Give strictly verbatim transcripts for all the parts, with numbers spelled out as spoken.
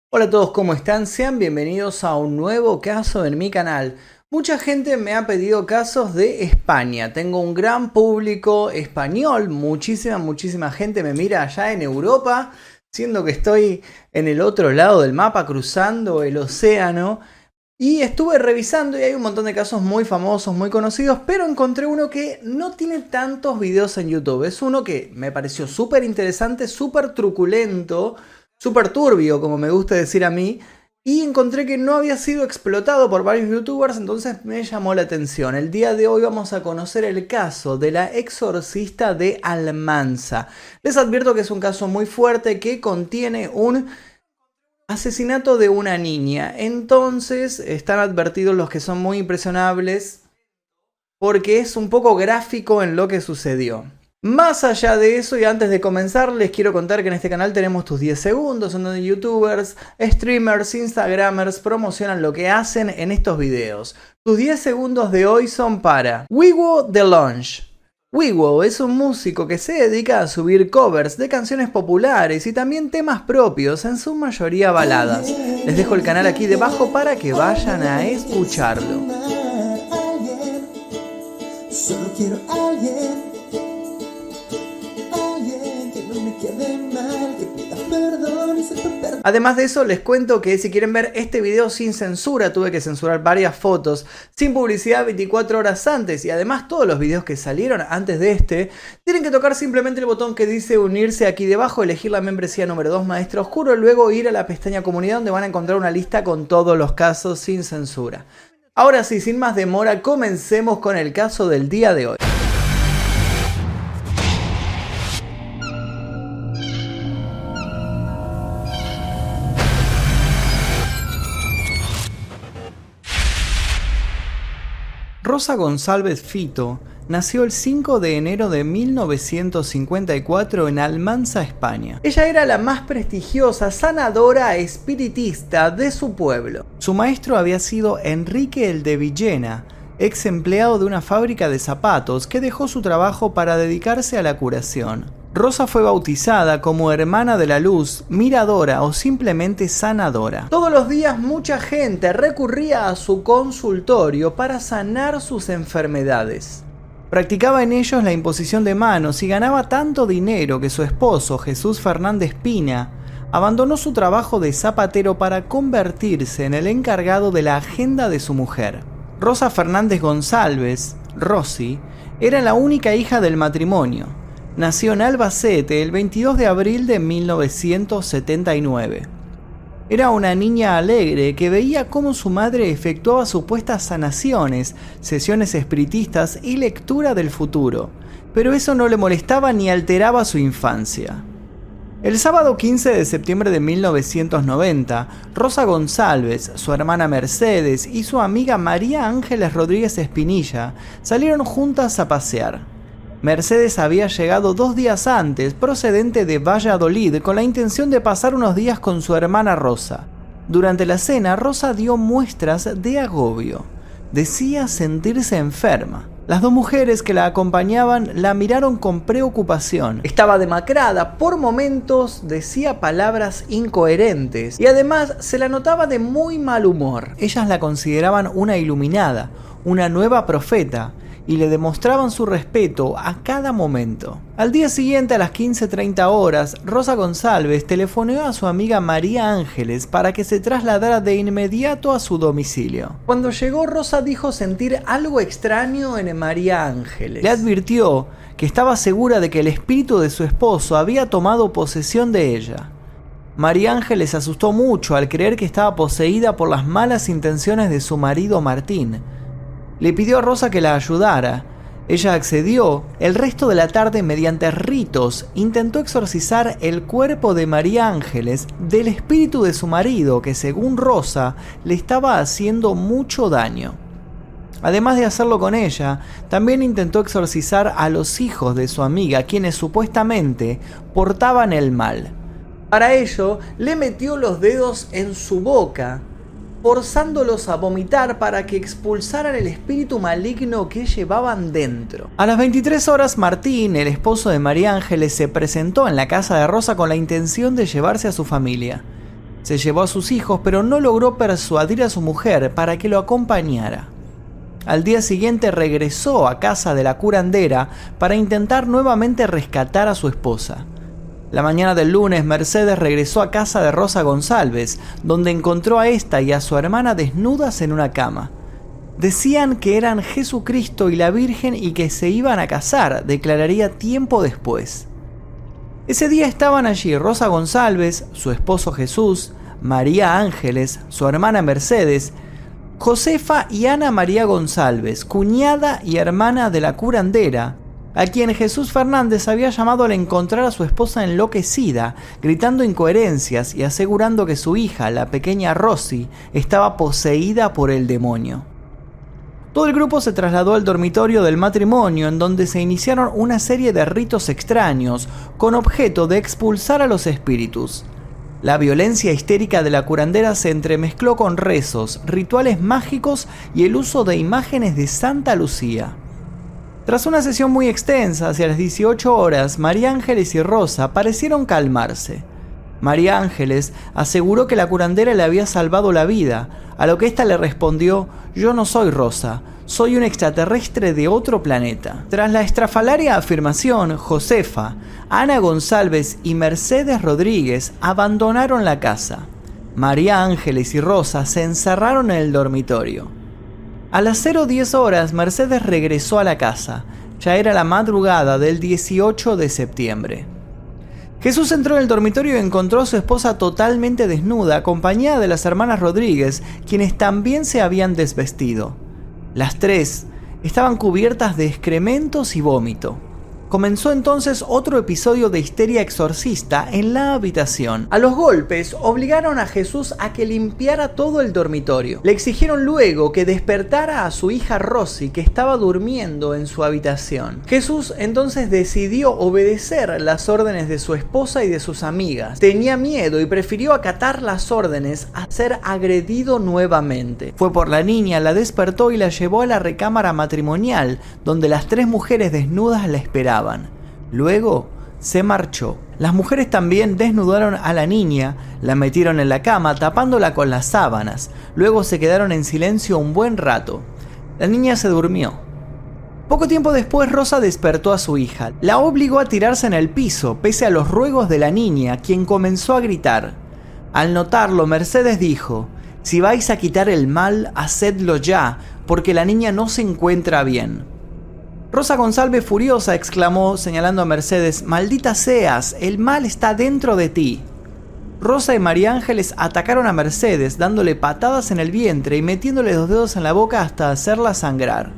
Hola a todos, ¿cómo están? Sean bienvenidos a un nuevo caso en mi canal. Mucha gente me ha pedido casos de España. Tengo un gran público español, muchísima, muchísima gente me mira allá en Europa, siendo que estoy en el otro lado del mapa, cruzando el océano. Y estuve revisando y hay un montón de casos muy famosos, muy conocidos, pero encontré uno que no tiene tantos videos en YouTube. Es uno que me pareció súper interesante, súper truculento, súper turbio, como me gusta decir a mí, y encontré que no había sido explotado por varios youtubers, entonces me llamó la atención. El día de hoy vamos a conocer el caso de la exorcista de Almansa. Les advierto que es un caso muy fuerte que contiene un asesinato de una niña, entonces están advertidos los que son muy impresionables porque es un poco gráfico en lo que sucedió. Más allá de eso, y antes de comenzar, les quiero contar que en este canal tenemos tus diez segundos, en donde youtubers, streamers, instagramers promocionan lo que hacen en estos videos. Tus diez segundos de hoy son para Wiwo The Lounge. Wiwo es un músico que se dedica a subir covers de canciones populares y también temas propios, en su mayoría baladas. Les dejo el canal aquí debajo para que vayan a escucharlo. Solo quiero a alguien. Además de eso, les cuento que si quieren ver este video sin censura, tuve que censurar varias fotos, sin publicidad veinticuatro horas antes, y además todos los videos que salieron antes de este, tienen que tocar simplemente el botón que dice unirse aquí debajo, elegir la membresía número dos Maestro Oscuro, luego ir a la pestaña comunidad donde van a encontrar una lista con todos los casos sin censura. Ahora sí, sin más demora, comencemos con el caso del día de hoy. Rosa González Fito nació el cinco de enero de mil novecientos cincuenta y cuatro en Almansa, España. Ella era la más prestigiosa sanadora espiritista de su pueblo. Su maestro había sido Enrique el de Villena, ex empleado de una fábrica de zapatos que dejó su trabajo para dedicarse a la curación. Rosa fue bautizada como Hermana de la Luz, Miradora o simplemente Sanadora. Todos los días mucha gente recurría a su consultorio para sanar sus enfermedades. Practicaba en ellos la imposición de manos y ganaba tanto dinero que su esposo, Jesús Fernández Pina, abandonó su trabajo de zapatero para convertirse en el encargado de la agenda de su mujer. Rosa Fernández González, Rosy, era la única hija del matrimonio. Nació en Albacete el veintidós de abril de mil novecientos setenta y nueve. Era una niña alegre que veía cómo su madre efectuaba supuestas sanaciones, sesiones espiritistas y lectura del futuro, pero eso no le molestaba ni alteraba su infancia. El sábado quince de septiembre de mil novecientos noventa, Rosa González, su hermana Mercedes y su amiga María Ángeles Rodríguez Espinilla salieron juntas a pasear. Mercedes había llegado dos días antes, procedente de Valladolid, con la intención de pasar unos días con su hermana Rosa. Durante la cena, Rosa dio muestras de agobio. Decía sentirse enferma. Las dos mujeres que la acompañaban la miraron con preocupación. Estaba demacrada, por momentos decía palabras incoherentes y además se la notaba de muy mal humor. Ellas la consideraban una iluminada, una nueva profeta, y le demostraban su respeto a cada momento. Al día siguiente, a las quince treinta horas, Rosa González telefoneó a su amiga María Ángeles para que se trasladara de inmediato a su domicilio. Cuando llegó, Rosa dijo sentir algo extraño en María Ángeles. Le advirtió que estaba segura de que el espíritu de su esposo había tomado posesión de ella. María Ángeles se asustó mucho al creer que estaba poseída por las malas intenciones de su marido Martín. Le pidió a Rosa que la ayudara. Ella accedió. El resto de la tarde, mediante ritos, intentó exorcizar el cuerpo de María Ángeles del espíritu de su marido, que según Rosa le estaba haciendo mucho daño. Además de hacerlo con ella, también intentó exorcizar a los hijos de su amiga, quienes supuestamente portaban el mal. Para ello, le metió los dedos en su boca, forzándolos a vomitar para que expulsaran el espíritu maligno que llevaban dentro. A las veintitrés horas, Martín, el esposo de María Ángeles, se presentó en la casa de Rosa con la intención de llevarse a su familia. Se llevó a sus hijos, pero no logró persuadir a su mujer para que lo acompañara. Al día siguiente regresó a casa de la curandera para intentar nuevamente rescatar a su esposa. La mañana del lunes, Mercedes regresó a casa de Rosa González, donde encontró a esta y a su hermana desnudas en una cama. Decían que eran Jesucristo y la Virgen y que se iban a casar, declararía tiempo después. Ese día estaban allí Rosa González, su esposo Jesús, María Ángeles, su hermana Mercedes, Josefa y Ana María González, cuñada y hermana de la curandera, a quien Jesús Fernández había llamado al encontrar a su esposa enloquecida, gritando incoherencias y asegurando que su hija, la pequeña Rosy, estaba poseída por el demonio. Todo el grupo se trasladó al dormitorio del matrimonio, en donde se iniciaron una serie de ritos extraños con objeto de expulsar a los espíritus. La violencia histérica de la curandera se entremezcló con rezos, rituales mágicos y el uso de imágenes de Santa Lucía. Tras una sesión muy extensa, hacia las dieciocho horas, María Ángeles y Rosa parecieron calmarse. María Ángeles aseguró que la curandera le había salvado la vida, a lo que ésta le respondió: «Yo no soy Rosa, soy un extraterrestre de otro planeta». Tras la estrafalaria afirmación, Josefa, Ana González y Mercedes Rodríguez abandonaron la casa. María Ángeles y Rosa se encerraron en el dormitorio. A las cero diez horas, Mercedes regresó a la casa. Ya era la madrugada del dieciocho de septiembre. Jesús entró en el dormitorio y encontró a su esposa totalmente desnuda, acompañada de las hermanas Rodríguez, quienes también se habían desvestido. Las tres estaban cubiertas de excrementos y vómito. Comenzó entonces otro episodio de histeria exorcista en la habitación. A los golpes obligaron a Jesús a que limpiara todo el dormitorio. Le exigieron luego que despertara a su hija Rosy, que estaba durmiendo en su habitación. Jesús entonces decidió obedecer las órdenes de su esposa y de sus amigas. Tenía miedo y prefirió acatar las órdenes a ser agredido nuevamente. Fue por la niña, la despertó y la llevó a la recámara matrimonial, donde las tres mujeres desnudas la esperaban. Luego se marchó. Las mujeres también desnudaron a la niña, la metieron en la cama tapándola con las sábanas. Luego se quedaron en silencio un buen rato. La niña se durmió. Poco tiempo después, Rosa despertó a su hija. La obligó a tirarse en el piso, pese a los ruegos de la niña, quien comenzó a gritar. Al notarlo, Mercedes dijo: «Si vais a quitar el mal, hacedlo ya, porque la niña no se encuentra bien». Rosa González, furiosa, exclamó, señalando a Mercedes: «Maldita seas, el mal está dentro de ti». Rosa y María Ángeles atacaron a Mercedes, dándole patadas en el vientre y metiéndole los dedos en la boca hasta hacerla sangrar.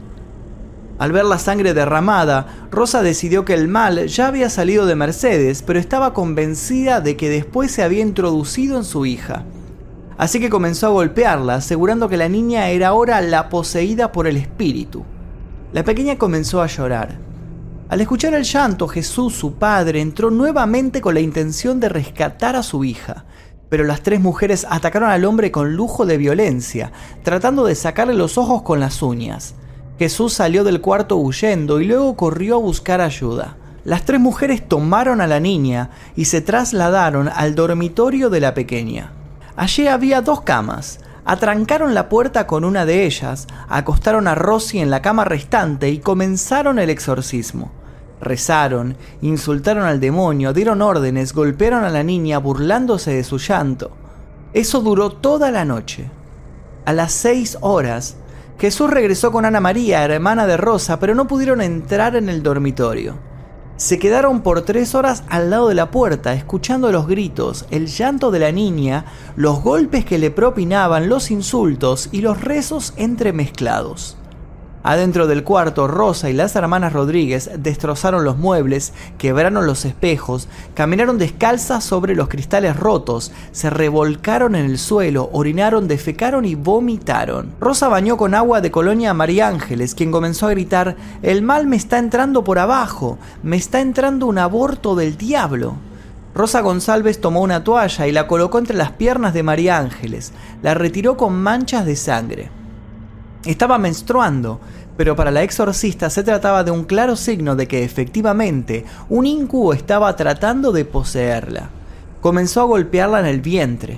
Al ver la sangre derramada, Rosa decidió que el mal ya había salido de Mercedes, pero estaba convencida de que después se había introducido en su hija. Así que comenzó a golpearla, asegurando que la niña era ahora la poseída por el espíritu. La pequeña comenzó a llorar. Al escuchar el llanto, Jesús, su padre, entró nuevamente con la intención de rescatar a su hija. Pero las tres mujeres atacaron al hombre con lujo de violencia, tratando de sacarle los ojos con las uñas. Jesús salió del cuarto huyendo y luego corrió a buscar ayuda. Las tres mujeres tomaron a la niña y se trasladaron al dormitorio de la pequeña. Allí había dos camas. Atrancaron la puerta con una de ellas, acostaron a Rosy en la cama restante y comenzaron el exorcismo. Rezaron, insultaron al demonio, dieron órdenes, golpearon a la niña burlándose de su llanto. Eso duró toda la noche. A las seis horas, Jesús regresó con Ana María, hermana de Rosa, pero no pudieron entrar en el dormitorio. Se quedaron por tres horas al lado de la puerta, escuchando los gritos, el llanto de la niña, los golpes que le propinaban, los insultos y los rezos entremezclados. Adentro del cuarto, Rosa y las hermanas Rodríguez destrozaron los muebles, quebraron los espejos, caminaron descalzas sobre los cristales rotos, se revolcaron en el suelo, orinaron, defecaron y vomitaron. Rosa bañó con agua de colonia a María Ángeles, quien comenzó a gritar: «El mal me está entrando por abajo, me está entrando un aborto del diablo». Rosa González tomó una toalla y la colocó entre las piernas de María Ángeles, la retiró con manchas de sangre. Estaba menstruando, pero para la exorcista se trataba de un claro signo de que efectivamente un incubo estaba tratando de poseerla. Comenzó a golpearla en el vientre.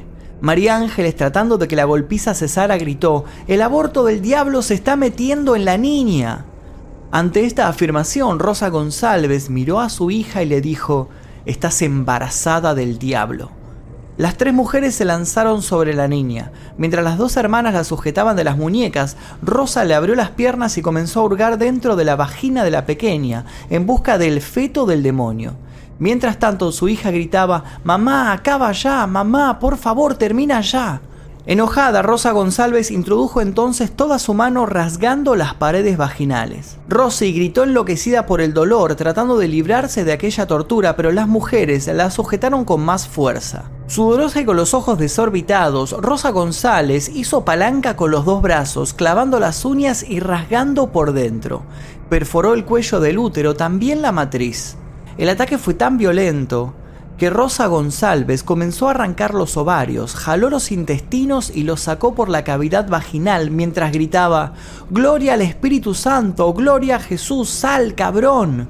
María Ángeles, tratando de que la golpiza cesara, gritó: «El aborto del diablo se está metiendo en la niña». Ante esta afirmación, Rosa González miró a su hija y le dijo: «Estás embarazada del diablo». Las tres mujeres se lanzaron sobre la niña. Mientras las dos hermanas la sujetaban de las muñecas, Rosa le abrió las piernas y comenzó a hurgar dentro de la vagina de la pequeña, en busca del feto del demonio. Mientras tanto, su hija gritaba: «Mamá, acaba ya, mamá, por favor, termina ya». Enojada, Rosa González introdujo entonces toda su mano rasgando las paredes vaginales. Rosy gritó enloquecida por el dolor, tratando de librarse de aquella tortura, pero las mujeres la sujetaron con más fuerza. Sudorosa y con los ojos desorbitados, Rosa González hizo palanca con los dos brazos, clavando las uñas y rasgando por dentro. Perforó el cuello del útero, también la matriz. El ataque fue tan violento que Rosa González comenzó a arrancar los ovarios, jaló los intestinos y los sacó por la cavidad vaginal mientras gritaba: «¡Gloria al Espíritu Santo! ¡Gloria a Jesús! ¡Sal, cabrón!».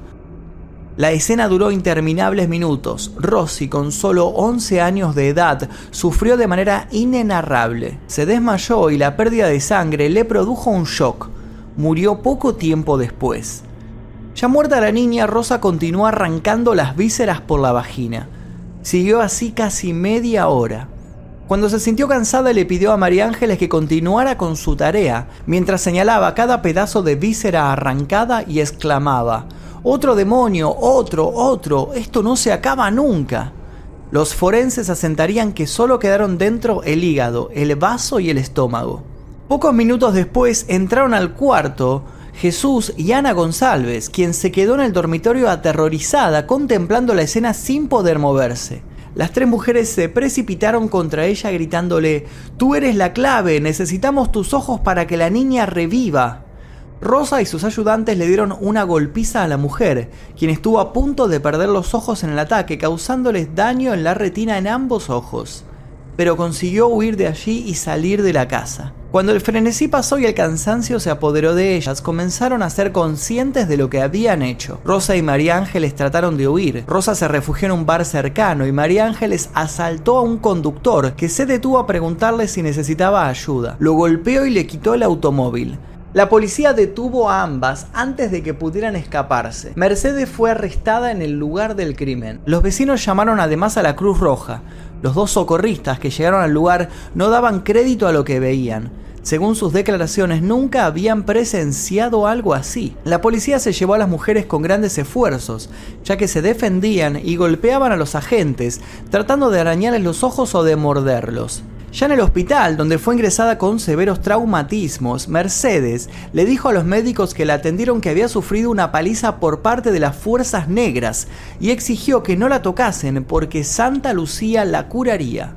La escena duró interminables minutos. Rosy, con solo once años de edad, sufrió de manera inenarrable. Se desmayó y la pérdida de sangre le produjo un shock. Murió poco tiempo después. Ya muerta la niña, Rosa continuó arrancando las vísceras por la vagina. Siguió así casi media hora. Cuando se sintió cansada, le pidió a María Ángeles que continuara con su tarea, mientras señalaba cada pedazo de víscera arrancada y exclamaba: «¡Otro demonio! ¡Otro! ¡Otro! ¡Esto no se acaba nunca!». Los forenses asentarían que solo quedaron dentro el hígado, el vaso y el estómago. Pocos minutos después entraron al cuarto Jesús y Ana González, quien se quedó en el dormitorio aterrorizada contemplando la escena sin poder moverse. Las tres mujeres se precipitaron contra ella gritándole: «Tú eres la clave, necesitamos tus ojos para que la niña reviva». Rosa y sus ayudantes le dieron una golpiza a la mujer, quien estuvo a punto de perder los ojos en el ataque, causándoles daño en la retina en ambos ojos. Pero consiguió huir de allí y salir de la casa. Cuando el frenesí pasó y el cansancio se apoderó de ellas, comenzaron a ser conscientes de lo que habían hecho. Rosa y María Ángeles trataron de huir. Rosa se refugió en un bar cercano y María Ángeles asaltó a un conductor que se detuvo a preguntarle si necesitaba ayuda. Lo golpeó y le quitó el automóvil. La policía detuvo a ambas antes de que pudieran escaparse. Mercedes fue arrestada en el lugar del crimen. Los vecinos llamaron además a la Cruz Roja. Los dos socorristas que llegaron al lugar no daban crédito a lo que veían. Según sus declaraciones, nunca habían presenciado algo así. La policía se llevó a las mujeres con grandes esfuerzos, ya que se defendían y golpeaban a los agentes, tratando de arañarles los ojos o de morderlos. Ya en el hospital, donde fue ingresada con severos traumatismos, Mercedes le dijo a los médicos que la atendieron que había sufrido una paliza por parte de las fuerzas negras y exigió que no la tocasen porque Santa Lucía la curaría.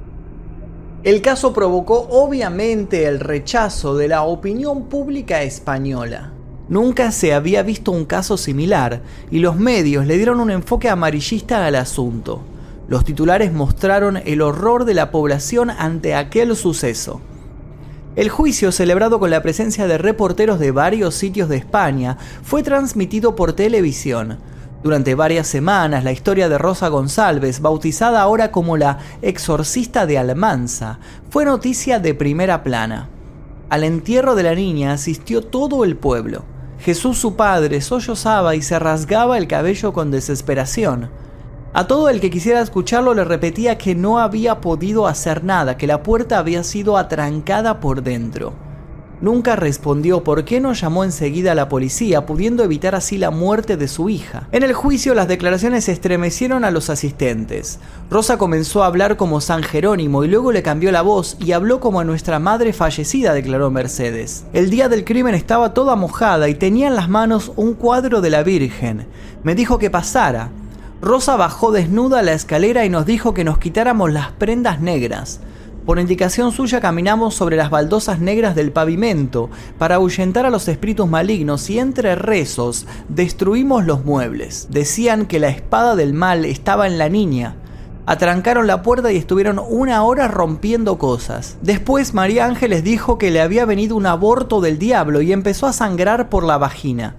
El caso provocó obviamente el rechazo de la opinión pública española. Nunca se había visto un caso similar y los medios le dieron un enfoque amarillista al asunto. Los titulares mostraron el horror de la población ante aquel suceso. El juicio, celebrado con la presencia de reporteros de varios sitios de España, fue transmitido por televisión. Durante varias semanas, la historia de Rosa González, bautizada ahora como la exorcista de Almansa, fue noticia de primera plana. Al entierro de la niña asistió todo el pueblo. Jesús, su padre, sollozaba y se rasgaba el cabello con desesperación. A todo el que quisiera escucharlo le repetía que no había podido hacer nada, que la puerta había sido atrancada por dentro. Nunca respondió por qué no llamó enseguida a la policía, pudiendo evitar así la muerte de su hija. En el juicio, las declaraciones estremecieron a los asistentes. Rosa comenzó a hablar como San Jerónimo y luego le cambió la voz y habló como a nuestra madre fallecida, declaró Mercedes. El día del crimen estaba toda mojada y tenía en las manos un cuadro de la Virgen. Me dijo que pasara. Rosa bajó desnuda la escalera y nos dijo que nos quitáramos las prendas negras. Por indicación suya caminamos sobre las baldosas negras del pavimento para ahuyentar a los espíritus malignos y entre rezos destruimos los muebles. Decían que la espada del mal estaba en la niña. Atrancaron la puerta y estuvieron una hora rompiendo cosas. Después María Ángeles dijo que le había venido un aborto del diablo y empezó a sangrar por la vagina.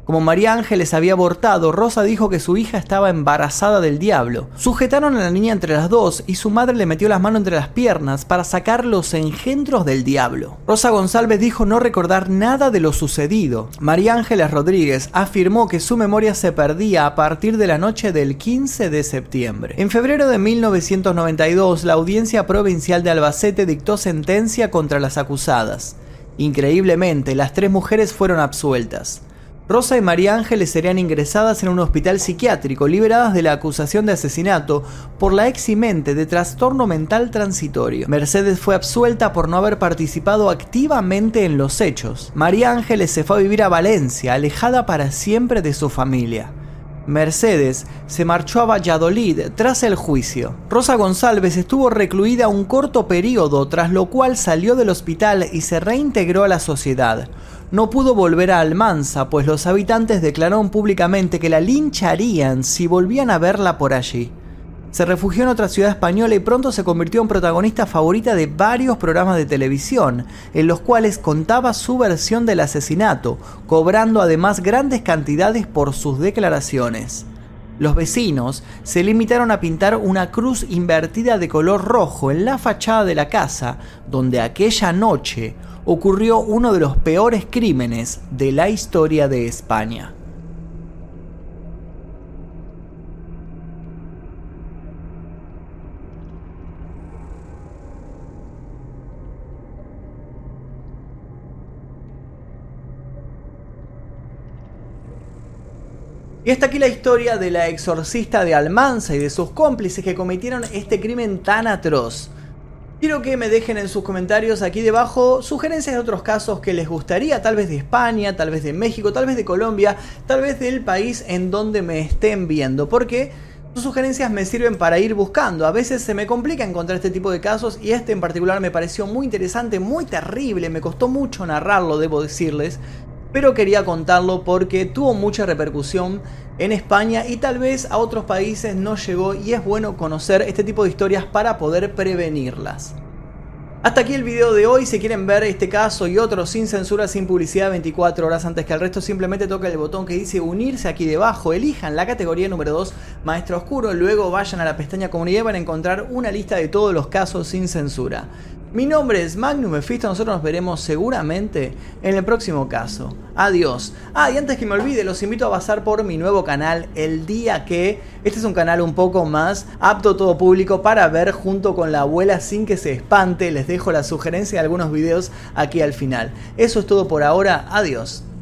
Como María Ángeles había abortado, Rosa dijo que su hija estaba embarazada del diablo. Sujetaron a la niña entre las dos y su madre le metió las manos entre las piernas para sacar los engendros del diablo. Rosa González dijo no recordar nada de lo sucedido. María Ángeles Rodríguez afirmó que su memoria se perdía a partir de la noche del quince de septiembre. En febrero de mil novecientos noventa y dos, la Audiencia Provincial de Albacete dictó sentencia contra las acusadas. Increíblemente, las tres mujeres fueron absueltas. Rosa y María Ángeles serían ingresadas en un hospital psiquiátrico, liberadas de la acusación de asesinato por la eximente de trastorno mental transitorio. Mercedes fue absuelta por no haber participado activamente en los hechos. María Ángeles se fue a vivir a Valencia, alejada para siempre de su familia. Mercedes se marchó a Valladolid tras el juicio. Rosa González estuvo recluida un corto periodo, tras lo cual salió del hospital y se reintegró a la sociedad. No pudo volver a Almansa, pues los habitantes declararon públicamente que la lincharían si volvían a verla por allí. Se refugió en otra ciudad española y pronto se convirtió en protagonista favorita de varios programas de televisión, en los cuales contaba su versión del asesinato, cobrando además grandes cantidades por sus declaraciones. Los vecinos se limitaron a pintar una cruz invertida de color rojo en la fachada de la casa, donde aquella noche ocurrió uno de los peores crímenes de la historia de España. Y hasta aquí la historia de la exorcista de Almansa y de sus cómplices que cometieron este crimen tan atroz. Quiero que me dejen en sus comentarios aquí debajo sugerencias de otros casos que les gustaría, tal vez de España, tal vez de México, tal vez de Colombia, tal vez del país en donde me estén viendo, porque sus sugerencias me sirven para ir buscando. A veces se me complica encontrar este tipo de casos y este en particular me pareció muy interesante, muy terrible, me costó mucho narrarlo, debo decirles, pero quería contarlo porque tuvo mucha repercusión en España y tal vez a otros países no llegó, y es bueno conocer este tipo de historias para poder prevenirlas. Hasta aquí el video de hoy. Si quieren ver este caso y otros sin censura, sin publicidad, veinticuatro horas antes que el resto, simplemente toquen el botón que dice unirse aquí debajo, elijan la categoría número dos, Maestro Oscuro, luego vayan a la pestaña comunidad y van a encontrar una lista de todos los casos sin censura. Mi nombre es Magnum Mephisto, nosotros nos veremos seguramente en el próximo caso. Adiós. Ah, y antes que me olvide, los invito a pasar por mi nuevo canal, El Día Que. Este es un canal un poco más apto a todo público para ver junto con la abuela sin que se espante. Les dejo la sugerencia de algunos videos aquí al final. Eso es todo por ahora. Adiós.